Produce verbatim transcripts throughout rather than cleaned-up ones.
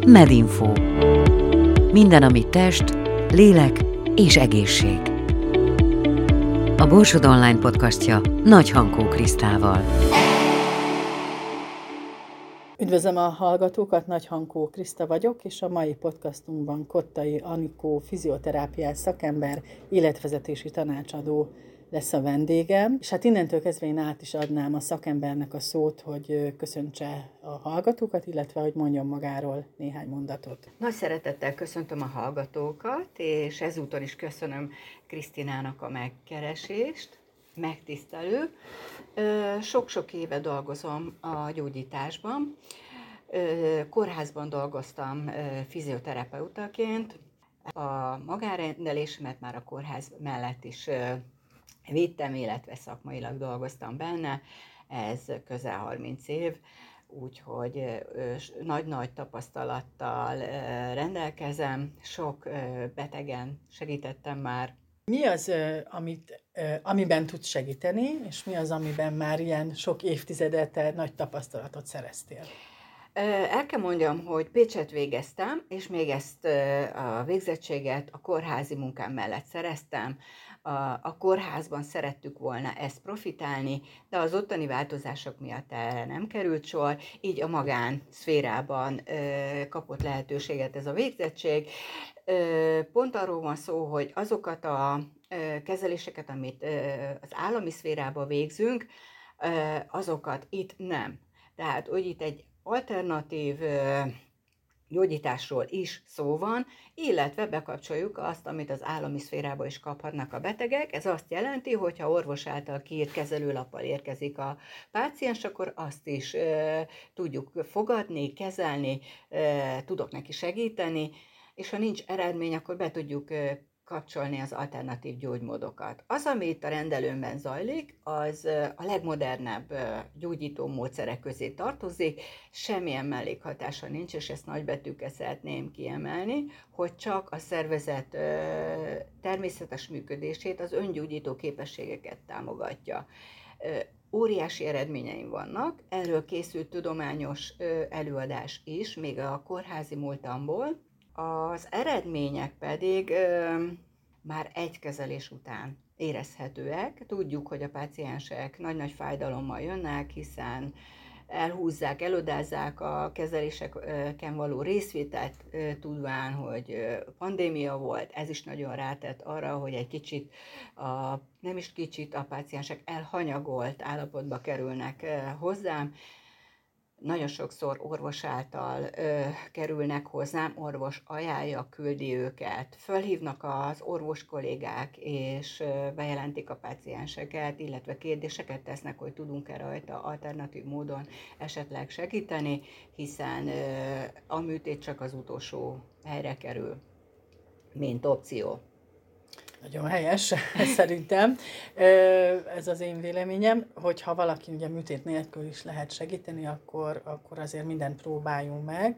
Medinfo. Minden, ami test, lélek és egészség. A Borsod Online podcastja Nagy Hankó Krisztával. Üdvözlöm a hallgatókat, Nagy Hankó Kriszta vagyok, és a mai podcastunkban Kottai Anikó fizioterápiás szakember, életvezetési tanácsadó lesz a vendégem. És hát innentől kezdve én át is adnám a szakembernek a szót, hogy köszöntse a hallgatókat, illetve hogy mondjon magáról néhány mondatot. Nagy szeretettel köszöntöm a hallgatókat, és ezúton is köszönöm Krisztinának a megkeresést, megtisztelő. Sok-sok éve dolgozom a gyógyításban. Kórházban dolgoztam fizioterapeutaként. A magánrendelésemet már a kórház mellett is vittem, illetve szakmailag dolgoztam benne. Ez közel harminc év, úgyhogy nagy-nagy tapasztalattal rendelkezem. Sok betegen segítettem már. Mi az, amit, amiben tudsz segíteni, és mi az, amiben már ilyen sok évtizedet nagy tapasztalatot szereztél? El kell mondjam, hogy Pécset végeztem, és még ezt a végzettséget a kórházi munkám mellett szereztem. A kórházban szerettük volna ezt profitálni, de az ottani változások miatt erre nem került sor, így a magán szférában kapott lehetőséget ez a végzettség. Pont arról van szó, hogy azokat a kezeléseket, amit az állami szférában végzünk, azokat itt nem. Tehát, hogy itt egy alternatív gyógyításról is szó van, illetve bekapcsoljuk azt, amit az állami szférában is kaphatnak a betegek. Ez azt jelenti, hogy ha orvos által kiírt kezelőlappal érkezik a páciens, akkor azt is e, tudjuk fogadni, kezelni, e, tudok neki segíteni, és ha nincs eredmény, akkor be tudjuk e, kapcsolni az alternatív gyógymódokat. Az, ami itt a rendelőmben zajlik, az a legmodernebb gyógyító módszerek közé tartozik, semmilyen mellékhatása nincs, és ezt nagybetűkkel szeretném kiemelni, hogy csak a szervezet természetes működését, az öngyógyító képességeket támogatja. Óriási eredményeim vannak, erről készült tudományos előadás is, még a kórházi múltamból. Az eredmények pedig ö, már egy kezelés után érezhetőek. Tudjuk, hogy a páciensek nagy-nagy fájdalommal jönnek, hiszen elhúzzák, elodázzák a kezeléseken való részvételt, tudván, hogy pandémia volt. Ez is nagyon rátett arra, hogy egy kicsit, a, nem is kicsit, a páciensek elhanyagolt állapotba kerülnek hozzám. Nagyon sokszor orvos által ö, kerülnek hozzám, orvos ajánlja, küldi őket, fölhívnak az orvos kollégák, és ö, bejelentik a pácienseket, illetve kérdéseket tesznek, hogy tudunk-e rajta alternatív módon esetleg segíteni, hiszen ö, a műtét csak az utolsó helyre kerül, mint opció. Nagyon helyes, szerintem. Ez az én véleményem, hogyha valaki ugye műtét nélkül is lehet segíteni, akkor, akkor azért mindent próbáljunk meg.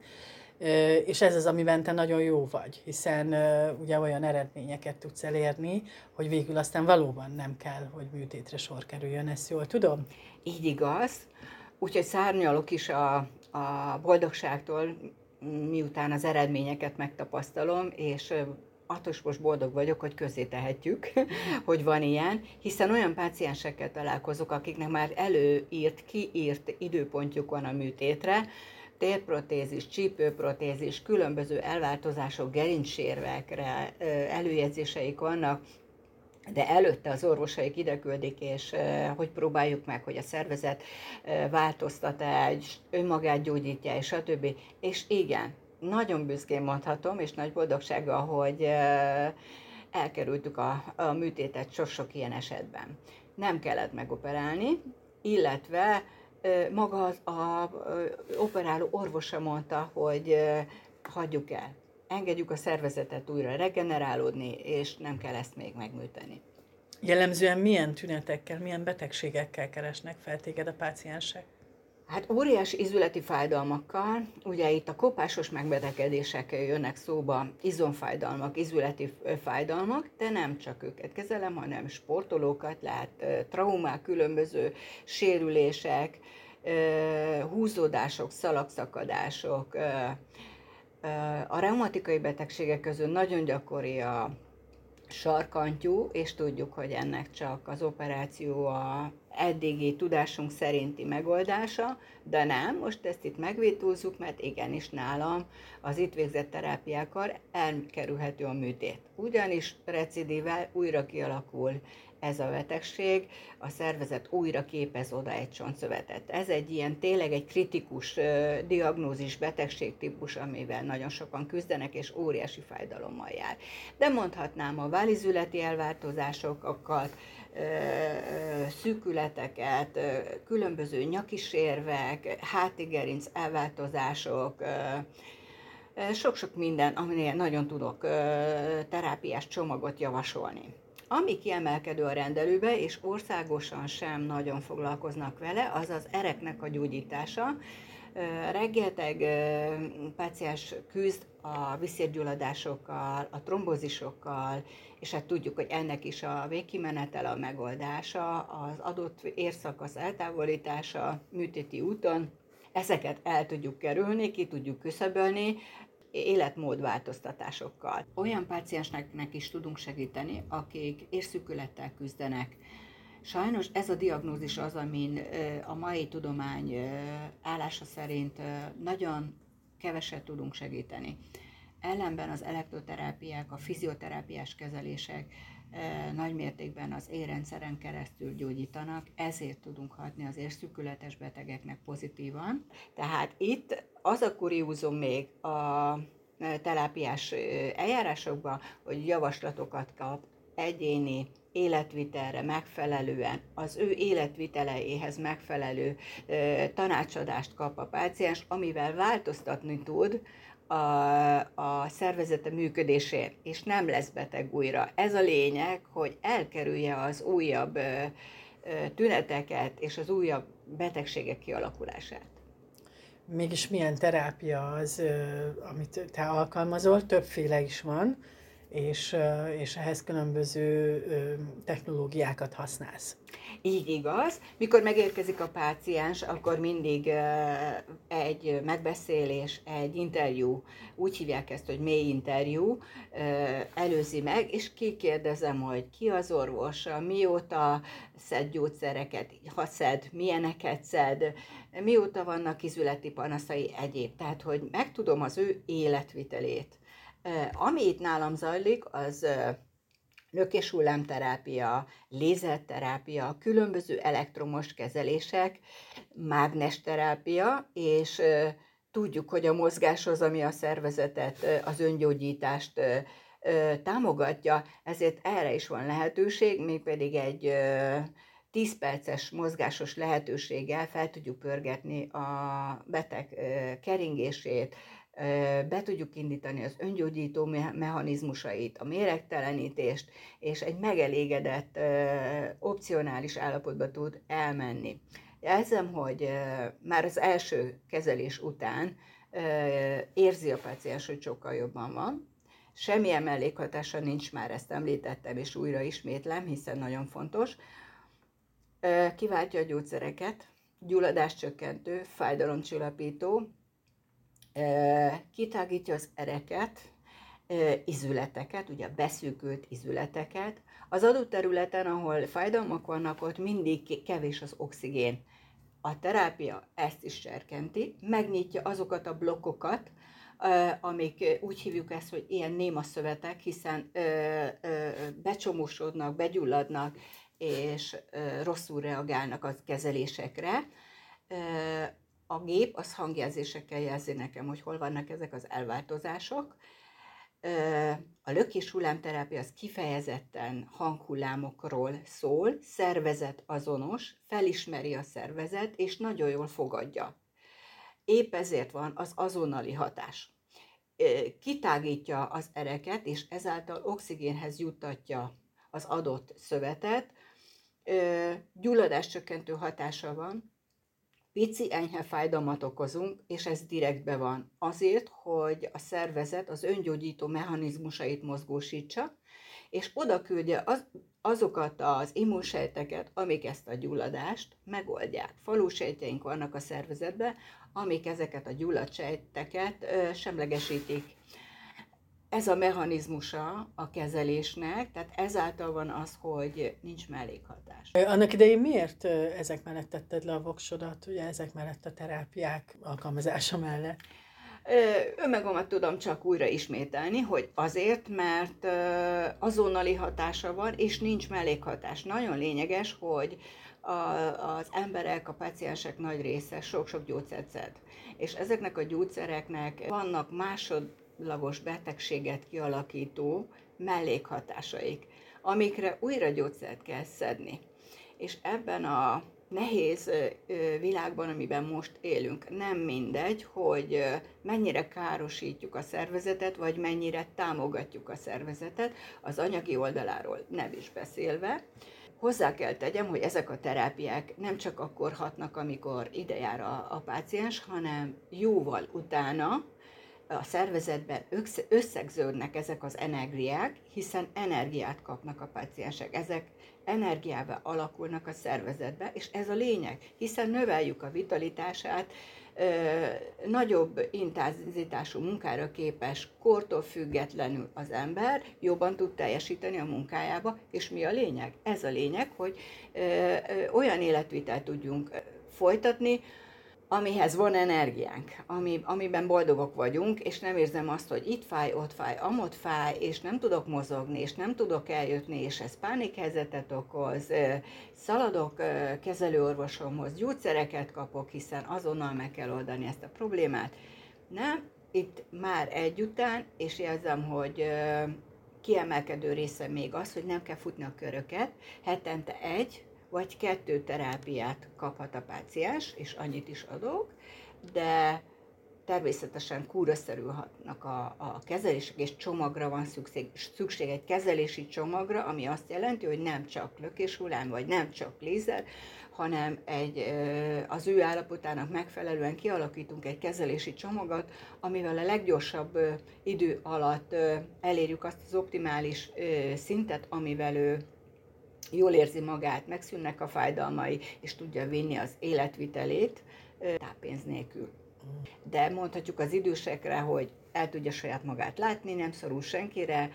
És ez az, amiben te nagyon jó vagy, hiszen ugye olyan eredményeket tudsz elérni, hogy végül aztán valóban nem kell, hogy műtétre sor kerüljön, ezt jól tudom? Így igaz, úgyhogy szárnyalok is a, a boldogságtól, miután az eredményeket megtapasztalom, és attól most boldog vagyok, hogy közzé tehetjük, hogy van ilyen, hiszen olyan páciensekkel találkozok, akiknek már előírt, kiírt időpontjuk van a műtétre, térprotézis, csípőprotézis, különböző elváltozások, gerincsérvekre előjegyzéseik vannak, de előtte az orvosaik ide küldik, és hogy próbáljuk meg, hogy a szervezet változtat-e, önmagát gyógyítja, és stb. És igen, nagyon büszkén mondhatom, és nagy boldogsággal, hogy elkerültük a, a műtétet sok-sok ilyen esetben. Nem kellett megoperálni, illetve maga az a operáló orvosa mondta, hogy hagyjuk el, engedjük a szervezetet újra regenerálódni, és nem kell ezt még megműteni. Jellemzően milyen tünetekkel, milyen betegségekkel keresnek fel téged a páciensek? Hát óriási izületi fájdalmakkal, ugye itt a kopásos megbetegedések jönnek szóba, izomfájdalmak, izületi fájdalmak, de nem csak őket kezelem, hanem sportolókat, lehet traumák, különböző sérülések, húzódások, szalagszakadások, A reumatikai betegségek közül nagyon gyakori a sarkantyú, és tudjuk, hogy ennek csak az operáció a eddigi tudásunk szerinti megoldása, de nem, most ezt itt megvétózzuk, mert igenis nálam az itt végzett terápiákkal elkerülhető a műtét. Ugyanis recidível újra kialakul ez a betegség, a szervezet újra képez oda egy csontszövetet. Ez egy ilyen tényleg egy kritikus uh, diagnózis betegségtípus, amivel nagyon sokan küzdenek, és óriási fájdalommal jár. De mondhatnám a válizületi elváltozásokat, uh, uh, szűkületeket, uh, különböző nyakisérvek, hátigerinc elváltozások, uh, sok-sok minden, aminél nagyon tudok uh, terápiás csomagot javasolni. Ami kiemelkedő a rendelőbe, és országosan sem nagyon foglalkoznak vele, az az ereknek a gyógyítása. Rengeteg páciens küzd a vízszérgyulladásokkal, a trombózisokkal, és hát tudjuk, hogy ennek is a végkimenetel a megoldása, az adott érszakasz eltávolítása műtéti úton. Ezeket el tudjuk kerülni, ki tudjuk küszöbölni, életmódváltoztatásokkal. Olyan páciensnek is tudunk segíteni, akik érszűkülettel küzdenek. Sajnos ez a diagnózis az, amin a mai tudomány állása szerint nagyon keveset tudunk segíteni. Ellenben az elektroterápiák, a fizioterápiás kezelések nagy mértékben az érrendszeren keresztül gyógyítanak, ezért tudunk hatni az érszűkületes betegeknek pozitívan. Tehát itt az a kuriózum még a terápiás eljárásokban, hogy javaslatokat kap egyéni életvitelre megfelelően, az ő életviteleihez megfelelő tanácsadást kap a páciens, amivel változtatni tud a, a szervezete működésért, és nem lesz beteg újra. Ez a lényeg, hogy elkerülje az újabb tüneteket és az újabb betegségek kialakulását. Mégis milyen terápia az, amit te alkalmazol? Többféle is van, és, és ehhez különböző technológiákat használsz. Így igaz. Mikor megérkezik a páciens, akkor mindig egy megbeszélés, egy interjú, úgy hívják ezt, hogy mély interjú, előzi meg, és kikérdezem, hogy ki az orvos, mióta szed gyógyszereket, ha szed, milyeneket szed, mióta vannak izületi panaszai, egyéb. Tehát, hogy megtudom az ő életvitelét. Ami itt nálam zajlik, az lökés hullámterápia, lézerterápia, különböző elektromos kezelések, mágnesterápia, és tudjuk, hogy a mozgás az, ami a szervezetet, az öngyógyítást támogatja, ezért erre is van lehetőség, mégpedig egy tíz perces mozgásos lehetőséggel fel tudjuk pörgetni a beteg keringését, be tudjuk indítani az öngyógyító mechanizmusait, a méregtelenítést, és egy megelégedett, opcionális állapotba tud elmenni. Jelzem, hogy már az első kezelés után érzi a páciens, hogy sokkal jobban van. Semmilyen mellékhatása nincs, már ezt említettem, és újra ismétlem, hiszen nagyon fontos. Kiváltja a gyógyszereket, gyulladáscsökkentő, fájdalomcsillapító, kitágítja az ereket, izületeket, ugye beszűkült izületeket. Az adott területen, ahol fájdalmak vannak, ott mindig kevés az oxigén. A terápia ezt is serkenti, megnyitja azokat a blokkokat, amik úgy hívjuk ezt, hogy ilyen néma szövetek, hiszen becsomósodnak, begyulladnak, és rosszul reagálnak a kezelésekre. A gép az hangjelzésekkel jelzi nekem, hogy hol vannak ezek az elváltozások. A lökés hullámterápia az kifejezetten hanghullámokról szól, szervezet azonos, felismeri a szervezet, és nagyon jól fogadja. Épp ezért van az azonnali hatás. Kitágítja az ereket, és ezáltal oxigénhez juttatja az adott szövetet. Gyulladáscsökkentő hatása van, pici enyhe fájdalmat okozunk, és ez direktbe van. Azért, hogy a szervezet az öngyógyító mechanizmusait mozgósítsa, és oda küldje az, azokat az immunsejteket, amik ezt a gyulladást megoldják. Falusejtjeink vannak a szervezetben, amik ezeket a gyulladt sejteket ö, semlegesítik. Ez a mechanizmusa a kezelésnek, tehát ezáltal van az, hogy nincs mellékhatás. Annak idején miért ezek mellett tetted le a voksodat, ugye ezek mellett a terápiák alkalmazása mellett? Önmagamat tudom csak újra ismételni, hogy azért, mert azonnali hatása van, és nincs mellékhatás. Nagyon lényeges, hogy a, az emberek, a páciensek nagy része sok-sok gyógyszert szed. És ezeknek a gyógyszereknek vannak másodlagos betegséget kialakító mellékhatásaik, amikre újra gyógyszert kell szedni. És ebben a nehéz világban, amiben most élünk, nem mindegy, hogy mennyire károsítjuk a szervezetet, vagy mennyire támogatjuk a szervezetet, az anyagi oldaláról nem is beszélve. Hozzá kell tegyem, hogy ezek a terápiák nem csak akkor hatnak, amikor ide jár a, a páciens, hanem jóval utána a szervezetben összegződnek ezek az energiák, hiszen energiát kapnak a páciensek. Ezek energiával alakulnak a szervezetbe, és ez a lényeg, hiszen növeljük a vitalitását, ö, nagyobb intenzitású munkára képes, kortól függetlenül az ember jobban tud teljesíteni a munkájába, és mi a lényeg? Ez a lényeg, hogy ö, ö, olyan életvitelt tudjunk folytatni, amihez van energiánk, ami, amiben boldogok vagyunk, és nem érzem azt, hogy itt fáj, ott fáj, amott fáj, és nem tudok mozogni, és nem tudok eljutni, és ez pánikhelyzetet okoz, szaladok kezelőorvosomhoz, gyógyszereket kapok, hiszen azonnal meg kell oldani ezt a problémát. Nem, itt már egyután, és érzem, hogy kiemelkedő része még az, hogy nem kell futni a köröket, hetente egy, vagy kettő terápiát kaphat a páciens, és annyit is adok, de természetesen kúraszerű hatnak a, a kezelések, és csomagra van szükség, szükség egy kezelési csomagra, ami azt jelenti, hogy nem csak lökéshullám, vagy nem csak lézer, hanem egy, az ő állapotának megfelelően kialakítunk egy kezelési csomagot, amivel a leggyorsabb idő alatt elérjük azt az optimális szintet, amivel ő jól érzi magát, megszűnnek a fájdalmai, és tudja vinni az életvitelét táppénz nélkül. De mondhatjuk az idősekre, hogy el tudja saját magát látni, nem szorul senkire,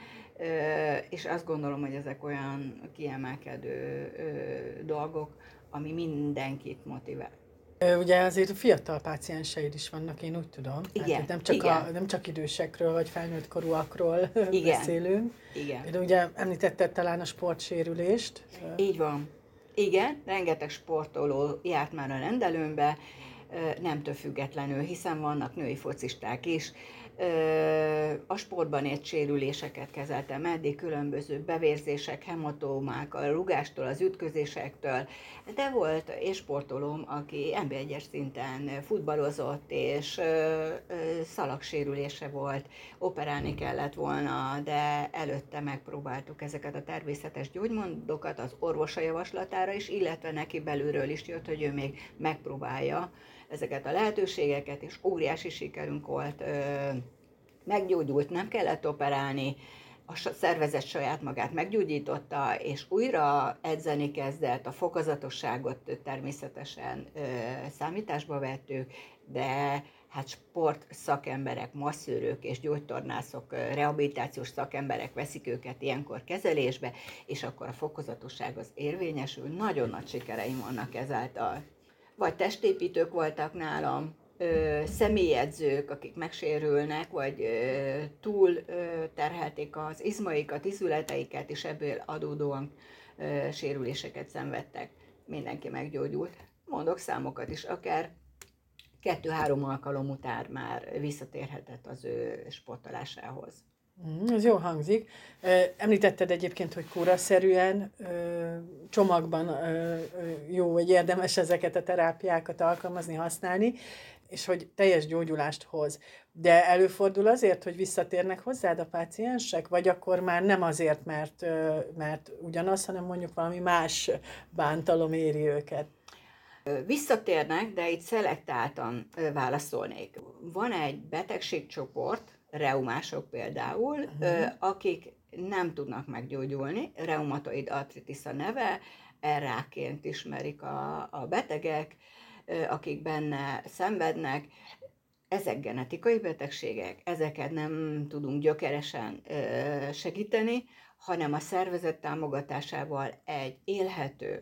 és azt gondolom, hogy ezek olyan kiemelkedő dolgok, ami mindenkit motivál. Ugye azért fiatal pácienseid is vannak, én úgy tudom. Igen, hát nem, csak igen. A, nem csak idősekről, vagy felnőtt korúakról Igen. beszélünk. Igen. De ugye említetted talán a sportsérülést. Így van. Igen, rengeteg sportoló járt már a rendelőmbe, nemtől függetlenül, hiszen vannak női focisták is. A sportban ért sérüléseket kezeltem eddig, különböző bevérzések, hematómák, a rugástól, az ütközésektől, de volt és sportolóm, aki en bé egyes szinten futballozott, és szalagsérülése volt, operálni kellett volna, de előtte megpróbáltuk ezeket a természetes gyógymódokat az orvosa javaslatára is, illetve neki belülről is jött, hogy ő még megpróbálja ezeket a lehetőségeket, és óriási sikerünk volt, meggyógyult, nem kellett operálni, a szervezet saját magát meggyógyította, és újra edzeni kezdett, a fokozatosságot természetesen számításba vettük, de hát sport szakemberek, masszőrök és gyógytornászok, rehabilitációs szakemberek veszik őket ilyenkor kezelésbe, és akkor a fokozatosság az érvényesül, nagyon nagy sikereim vannak ezáltal. Vagy testépítők voltak nálam, ö, személyedzők, akik megsérülnek, vagy ö, túl ö, terhelték az izmaikat, izületeiket, és ebből adódóan ö, sérüléseket szenvedtek. Mindenki meggyógyult. Mondok számokat is, akár kettő-három alkalom után már visszatérhetett az ő sportolásához. Ez jó hangzik. Említetted egyébként, hogy kúraszerűen csomagban jó, vagy érdemes ezeket a terápiákat alkalmazni, használni, és hogy teljes gyógyulást hoz. De előfordul azért, hogy visszatérnek hozzád a páciensek, vagy akkor már nem azért, mert, mert ugyanaz, hanem mondjuk valami más bántalom éri őket? Visszatérnek, de itt szelektáltan válaszolnék. Van egy betegségcsoport, reumások például, uh-huh. akik nem tudnak meggyógyulni, reumatoid artritis a neve, rákként ismerik a, a betegek, akik benne szenvednek. Ezek genetikai betegségek, ezeket nem tudunk gyökeresen segíteni, hanem a szervezet támogatásával egy élhető,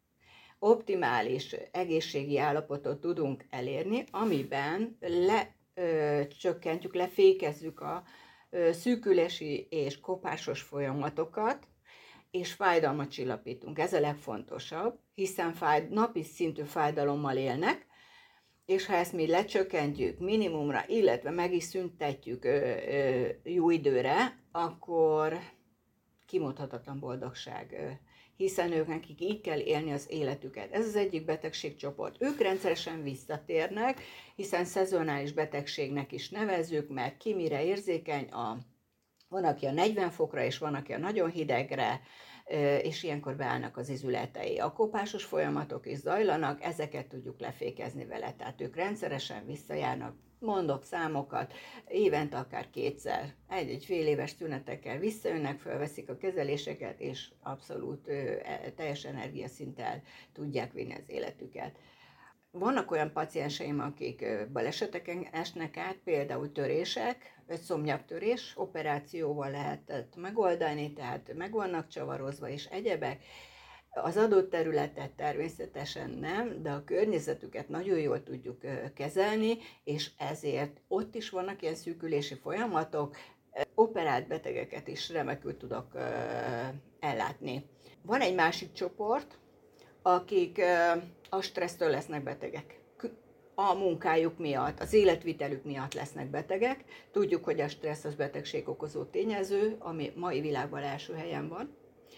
optimális egészségi állapotot tudunk elérni, amiben lecsökkentjük, lefékezzük a ö, szűkülési és kopásos folyamatokat, és fájdalmat csillapítunk. Ez a legfontosabb, hiszen fáj, napi szintű fájdalommal élnek, és ha ezt mi lecsökkentjük minimumra, illetve meg is szüntetjük ö, ö, jó időre, akkor kimondhatatlan boldogság, ö, hiszen ők nekik így kell élni az életüket. Ez az egyik betegségcsoport. Ők rendszeresen visszatérnek, hiszen szezonális betegségnek is nevezzük, mert ki mire érzékeny, a, van, aki a negyven fokra, és van, aki a nagyon hidegre, és ilyenkor beállnak az izületei. A kopásos folyamatok is zajlanak, ezeket tudjuk lefékezni vele, tehát ők rendszeresen visszajárnak, mondok számokat, évente akár kétszer, egy-egy fél éves szünetekkel visszajönnek, felveszik a kezeléseket, és abszolút ö, teljes energiaszinttel tudják vinni az életüket. Vannak olyan pacienseim, akik baleseteken esnek át, például törések, egy szomnyaktörés, operációval lehetett megoldani, tehát meg vannak csavarozva és egyebek. Az adott területet természetesen nem, de a környezetüket nagyon jól tudjuk kezelni, és ezért ott is vannak ilyen szűkülési folyamatok, operált betegeket is remekül tudok ellátni. Van egy másik csoport, akik a stressztől lesznek betegek. A munkájuk miatt, az életvitelük miatt lesznek betegek. Tudjuk, hogy a stressz az betegség okozó tényező, ami mai világban első helyen van.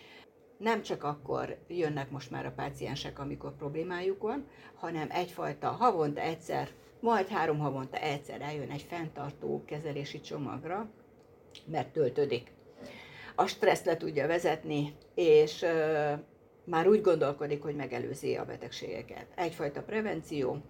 Nem csak akkor jönnek most már a páciensek, amikor problémájuk van, hanem egyfajta havonta egyszer, majd három havonta egyszer eljön egy fenntartó kezelési csomagra, mert töltődik. A stressz le tudja vezetni, és uh, már úgy gondolkodik, hogy megelőzi a betegségeket. Egyfajta prevenció, uh,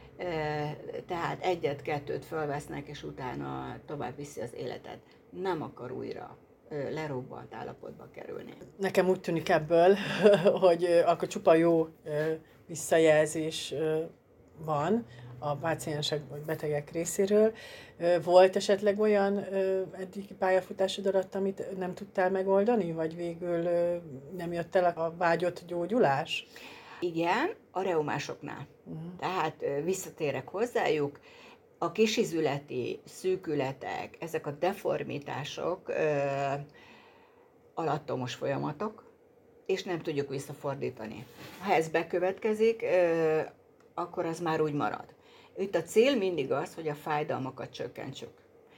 tehát egyet-kettőt fölvesznek, és utána tovább viszi az életet. Nem akar újra lerobbant állapotba kerülni. Nekem úgy tűnik ebből, hogy akkor csupa jó visszajelzés van a páciensek vagy betegek részéről. Volt esetleg olyan eddig pályafutásod alatt, amit nem tudtál megoldani, vagy végül nem jött el a vágyott gyógyulás? Igen, a reumásoknál. Uh-huh. Tehát visszatérek hozzájuk. A kisizületi szűkületek, ezek a deformitások ö, alattomos folyamatok, és nem tudjuk visszafordítani. Ha ez bekövetkezik, ö, akkor az már úgy marad. Itt a cél mindig az, hogy a fájdalmakat csökkentsük.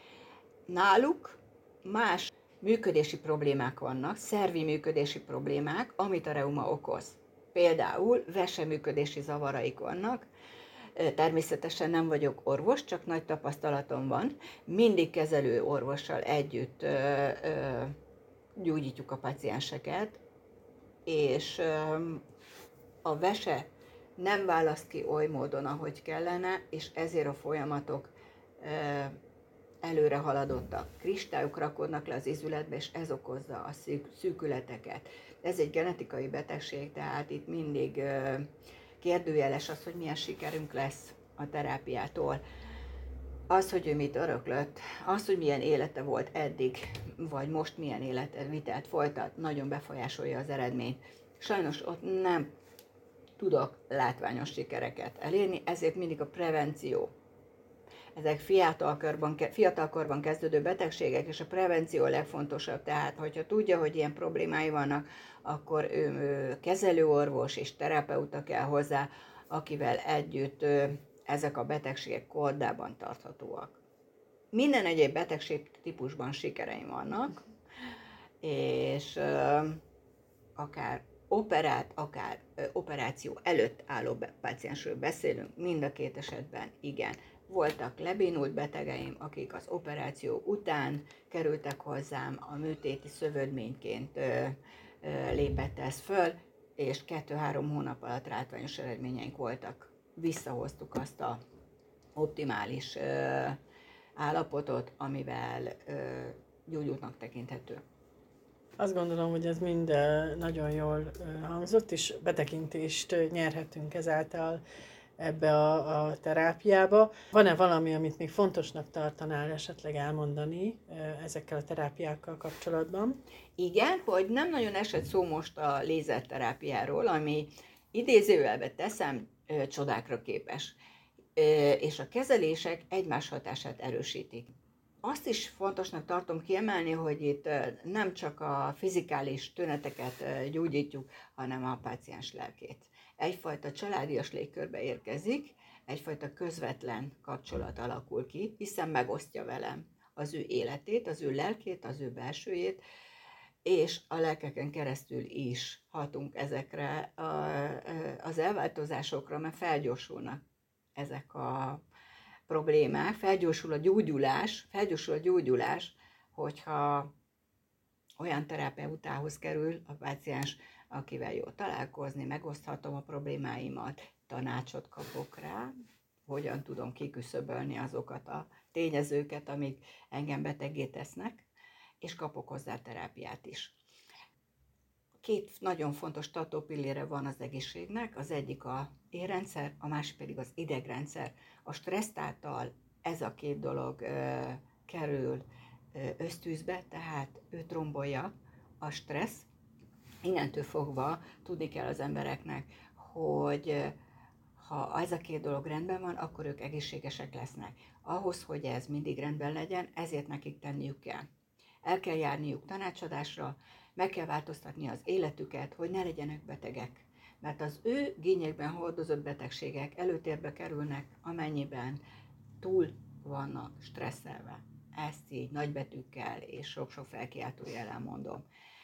Náluk más működési problémák vannak, szervi működési problémák, amit a reuma okoz. Például veseműködési zavaraik vannak. Természetesen nem vagyok orvos, csak nagy tapasztalatom van. Mindig kezelő orvossal együtt ö, ö, gyógyítjuk a pacienseket, és ö, a vese nem választ ki oly módon, ahogy kellene, és ezért a folyamatok ö, előre haladottak. Kristályok rakodnak le az izületbe, és ez okozza a szűk, szűkületeket. Ez egy genetikai betegség, tehát itt mindig ö, kérdőjeles az, hogy milyen sikerünk lesz a terápiától. Az, hogy ő mit öröklött, az, hogy milyen élete volt eddig, vagy most milyen életvitelt folytat, nagyon befolyásolja az eredményt. Sajnos ott nem tudok látványos sikereket elérni, ezért mindig a prevenció. Ezek fiatalkorban, fiatalkorban kezdődő betegségek, és a prevenció a legfontosabb. Tehát, hogyha tudja, hogy ilyen problémái vannak, akkor ő, ő kezelőorvos és terapeuta kell hozzá, akivel együtt ő, ezek a betegségek kordában tarthatóak. Minden egyéb betegség típusban sikereim vannak, és ö, akár operát, akár ö, operáció előtt álló páciensről beszélünk, mind a két esetben igen. Voltak lebénult betegeim, akik az operáció után kerültek hozzám, a műtéti szövődményként ö, ö, lépett ez föl, és kettő-három hónap alatt látványos eredményeink voltak. Visszahoztuk azt a optimális ö, állapotot, amivel ö, gyógyultnak tekinthető. Azt gondolom, hogy ez mind nagyon jól hangzott, és betekintést nyerhetünk ezáltal ebbe a, a terápiába. Van-e valami, amit még fontosnak tartanál esetleg elmondani ezekkel a terápiákkal kapcsolatban? Igen, hogy nem nagyon esett szó most a lézerterápiáról, ami idézőjelbe teszem, csodákra képes, és a kezelések egymás hatását erősítik. Azt is fontosnak tartom kiemelni, hogy itt nem csak a fizikális tüneteket gyógyítjuk, hanem a páciens lelkét. Egyfajta családias légkörbe érkezik, egyfajta közvetlen kapcsolat alakul ki, hiszen megosztja velem az ő életét, az ő lelkét, az ő belsőjét, és a lelkeken keresztül is hatunk ezekre az elváltozásokra, mert felgyorsulnak ezek a problémák, felgyorsul a gyógyulás, felgyorsul a gyógyulás, hogyha olyan terapeutához kerül a páciens, akivel jól találkozni, megoszthatom a problémáimat, tanácsot kapok rá, hogyan tudom kiküszöbölni azokat a tényezőket, amik engem beteggé tesznek, és kapok hozzá terápiát is. Két nagyon fontos tartópillére van az egészségnek, az egyik a érrendszer, a másik pedig az idegrendszer. A stresszt által ez a két dolog ö, kerül ö, ösztűzbe, tehát őt rombolja a stressz. Innentől fogva tudni kell az embereknek, hogy ö, ha ez a két dolog rendben van, akkor ők egészségesek lesznek. Ahhoz, hogy ez mindig rendben legyen, ezért nekik tenniük kell. El kell járniuk tanácsadásra, meg kell változtatni az életüket, hogy ne legyenek betegek. Mert az ő gényekben hordozott betegségek előtérbe kerülnek, amennyiben túl vannak stresszelve. Ezt így nagybetűkkel és sok-sok felkiáltó jellel mondom.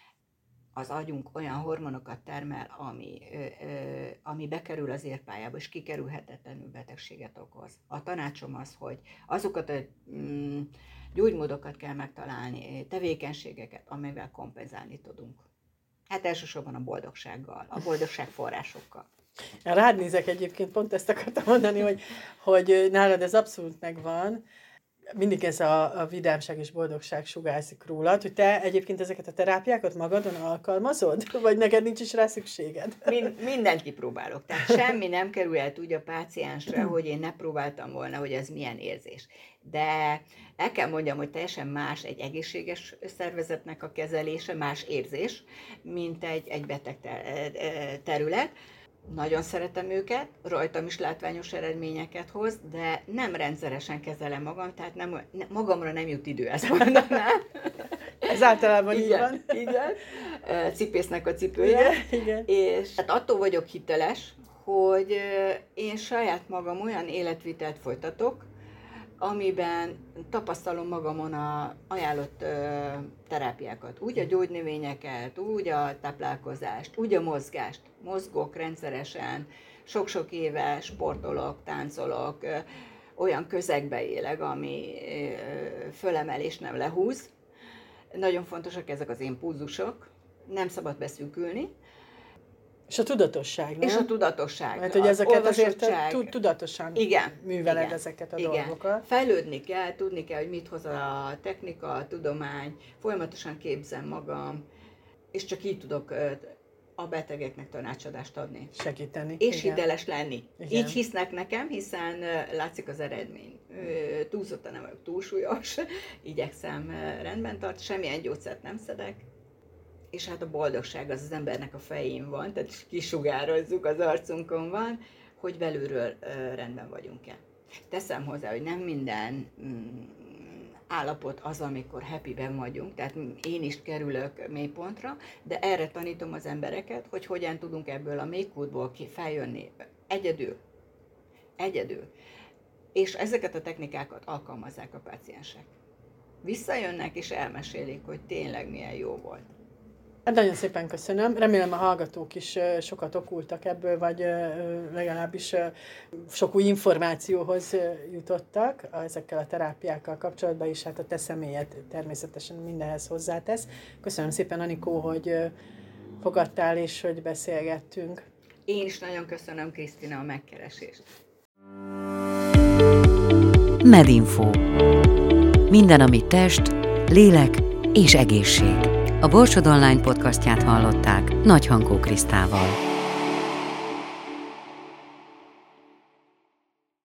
Az agyunk olyan hormonokat termel, ami, ö, ö, ami bekerül az érpályába, és kikerülhetetlenül betegséget okoz. A tanácsom az, hogy azokat a mm, gyógymódokat kell megtalálni, tevékenységeket, amivel kompenzálni tudunk. Hát elsősorban a boldogsággal, a boldogság forrásokkal. Rád nézek egyébként, pont ezt akartam mondani, hogy, hogy nálad ez abszolút megvan. Mindig ez a, a vidámság és boldogság sugárzik rólad, hogy te egyébként ezeket a terápiákat magadon alkalmazod? Vagy neked nincs is rá szükséged? Mind, mindent kipróbálok. Tehát semmi nem kerülhet úgy a páciensre, hogy én ne próbáltam volna, hogy ez milyen érzés. De el kell mondjam, hogy teljesen más egy egészséges szervezetnek a kezelése, más érzés, mint egy, egy beteg terület. Nagyon szeretem őket, rajtam is látványos eredményeket hoz, de nem rendszeresen kezelem magam, tehát nem, magamra nem jut idő, ezt mondanám. Ez általában így igen, van. Igen, cipésznek a cipője. Igen, igen. És hát attól vagyok hiteles, hogy én saját magam olyan életvitelt folytatok, amiben tapasztalom magamon a ajánlott ö, terápiákat, úgy a gyógynövényeket, úgy a táplálkozást, úgy a mozgást. Mozgok rendszeresen, sok-sok éve sportolok, táncolok, ö, olyan közegbe élek, ami ö, fölemel és nem lehúz. Nagyon fontosak ezek az impulzusok, nem szabad beszűkülni. És a tudatosság, nem? És a tudatosság. Mert hogy ezeket azért tudatosan igen, műveled igen, ezeket a igen. dolgokat. Fejlődni kell, tudni kell, hogy mit hoz a technika, a tudomány, folyamatosan képzem magam, és csak így tudok a betegeknek tanácsadást adni. Segíteni. És igen. hiteles lenni. Igen. Így hisznek nekem, hiszen látszik az eredmény. Túlzottan nem vagyok túlsúlyos, igyekszem rendben tart, semmilyen gyógyszert nem szedek, és hát a boldogság az az embernek a fején van, tehát kisugározzuk, az arcunkon van, hogy belülről rendben vagyunk-e. Teszem hozzá, hogy nem minden mm, állapot az, amikor happy-ben vagyunk, tehát én is kerülök mélypontra, de erre tanítom az embereket, hogy hogyan tudunk ebből a mélykútból feljönni egyedül. Egyedül. És ezeket a technikákat alkalmazzák a páciensek. Visszajönnek és elmesélik, hogy tényleg milyen jó volt. Hát nagyon szépen köszönöm. Remélem a hallgatók is sokat okultak ebből, vagy legalábbis sok új információhoz jutottak ezekkel a terápiákkal kapcsolatban, és hát a te személyed természetesen mindenhez hozzátesz. Köszönöm szépen, Anikó, hogy fogadtál és hogy beszélgettünk. Én is nagyon köszönöm, Krisztina, a megkeresést. Medinfo. Minden, ami test, lélek és egészség. A Borsod Online podcastját hallották Nagy Hankó Krisztával.